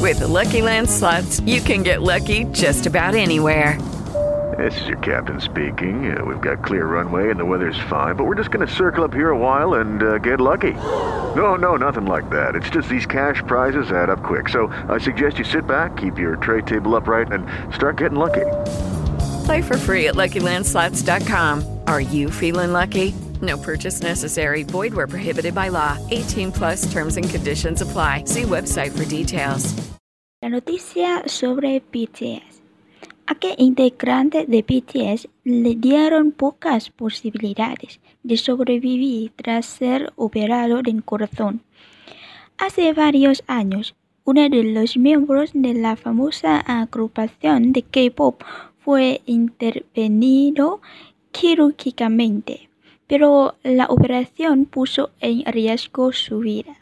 With the Lucky Land Slots, you can get lucky just about anywhere. This is your captain speaking. We've got clear runway and the weather's fine, but we're just going to circle up here a while and get lucky. No, nothing like that. It's just these cash prizes add up quick. So I suggest you sit back, keep your tray table upright, and start getting lucky. Play for free at LuckyLandSlots.com. Are you feeling lucky? No purchase necessary. Void where prohibited by law. 18 plus terms and conditions apply. See website for details. La noticia sobre BTS. ¿A qué integrante de BTS le dieron pocas posibilidades de sobrevivir tras ser operado del corazón? Hace varios años, uno de los miembros de la famosa agrupación de K-pop fue intervenido quirúrgicamente, pero la operación puso en riesgo su vida.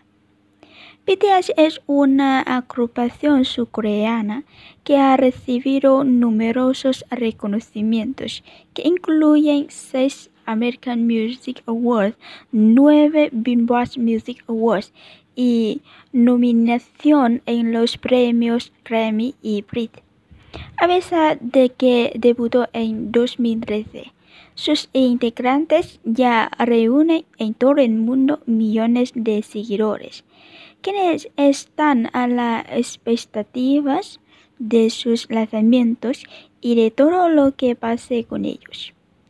BTS es una agrupación surcoreana que ha recibido numerosos reconocimientos, que incluyen 6 American Music Awards, 9 Billboard Music Awards y nominación en los premios Grammy y Brit. A pesar de que debutó en 2013, sus integrantes ya reúnen en todo el mundo millones de seguidores, quienes están a las expectativas de sus lanzamientos y de todo lo que pase con ellos.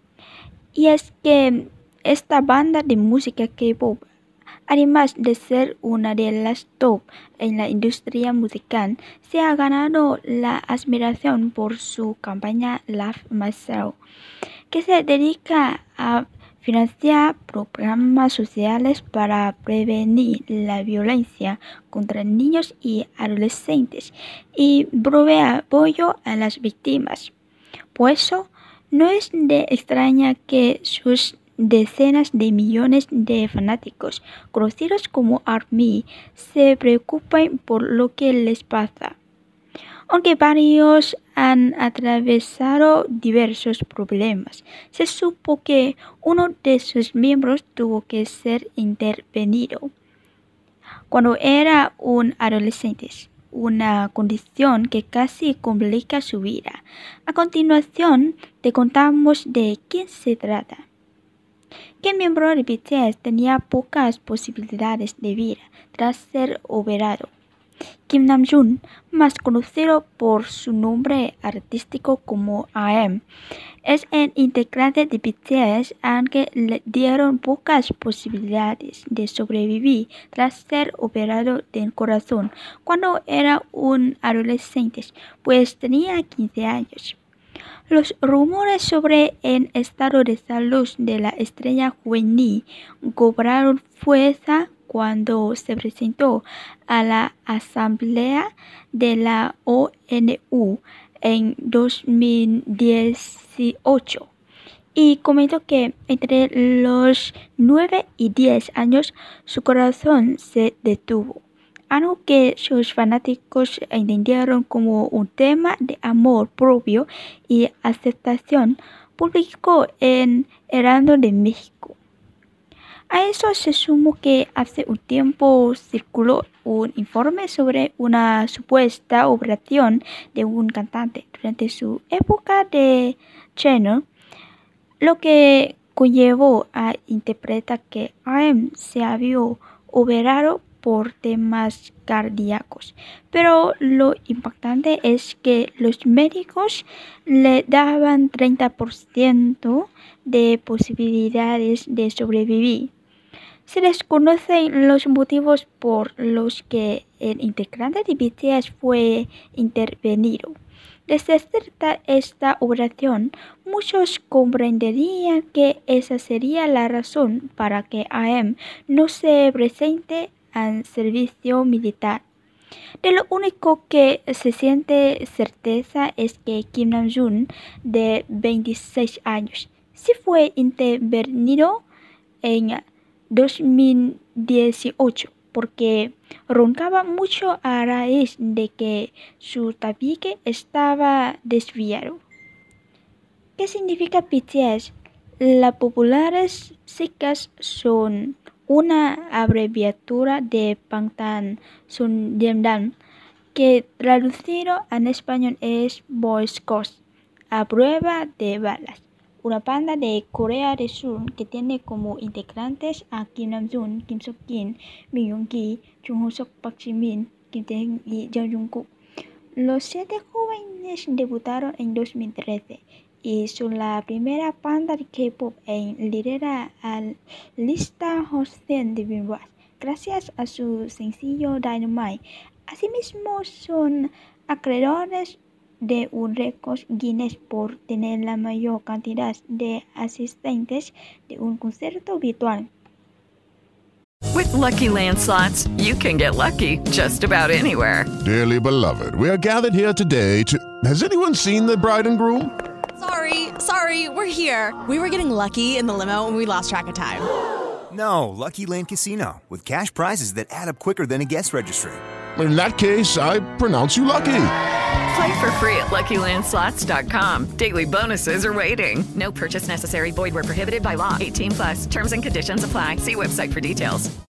Y es que esta banda de música K-pop, además de ser una de las top en la industria musical, se ha ganado la admiración por su campaña Love Myself, que se dedica a financiar programas sociales para prevenir la violencia contra niños y adolescentes y provee apoyo a las víctimas. Por eso, no es de extraña que sus decenas de millones de fanáticos, conocidos como ARMY, se preocupen por lo que les pasa. Aunque varios han atravesado diversos problemas, se supo que uno de sus miembros tuvo que ser intervenido cuando era un adolescente, una condición que casi complica su vida. A continuación, te contamos de quién se trata. ¿Qué miembro de BTS tenía pocas posibilidades de vida tras ser operado? Kim Namjoon, más conocido por su nombre artístico como RM, es el integrante de BTS aunque le dieron pocas posibilidades de sobrevivir tras ser operado del corazón cuando era un adolescente, pues tenía 15 años. Los rumores sobre el estado de salud de la estrella juvenil cobraron fuerza cuando se presentó a la Asamblea de la ONU en 2018 y comentó que entre los 9 y 10 años su corazón se detuvo, algo que sus fanáticos entendieron como un tema de amor propio y aceptación. Publicó en Heraldo de México. A eso se sumó que hace un tiempo circuló un informe sobre una supuesta operación de un cantante durante su época de Channel, lo que conllevó a interpretar que RM se había operado por temas cardíacos. Pero lo impactante es que los médicos le daban 30% de posibilidades de sobrevivir. Se desconocen los motivos por los que el integrante de BTS fue intervenido. Desde esta operación, muchos comprenderían que esa sería la razón para que RM no se presente al servicio militar. De lo único que se siente certeza es que Kim Namjoon, de 26 años, sí fue intervenido en 2018 porque roncaba mucho a raíz de que su tabique estaba desviado. ¿Qué significa BTS? Las populares siglas son una abreviatura de Bangtan Sonyeondan, que traducido en español es Boy Scouts a prueba de balas. Una banda de Corea del Sur que tiene como integrantes a Kim Namjoon, Kim Seok-jin, Min Yoon-gi, Jung Ho-seok, Park Ji-min, Kim Tae-hyun y Jung Jung-kook. Los 7 jóvenes debutaron en 2013 y son la primera banda de K-pop en liderar la lista Hot 100 de Billboard, gracias a su sencillo Dynamite. Asimismo, son acreedores de un récord Guinness por tener la mayor cantidad de asistentes de un concierto virtual. With Lucky Land Slots, you can get lucky just about anywhere. Dearly beloved, we are gathered here today to... Has anyone seen the bride and groom? Sorry, we're here. We were getting lucky in the limo and we lost track of time. No, Lucky Land Casino, with cash prizes that add up quicker than a guest registry. In that case, I pronounce you lucky. Play for free at LuckyLandSlots.com. Daily bonuses are waiting. No purchase necessary. Void where prohibited by law. 18+. Terms and conditions apply. See website for details.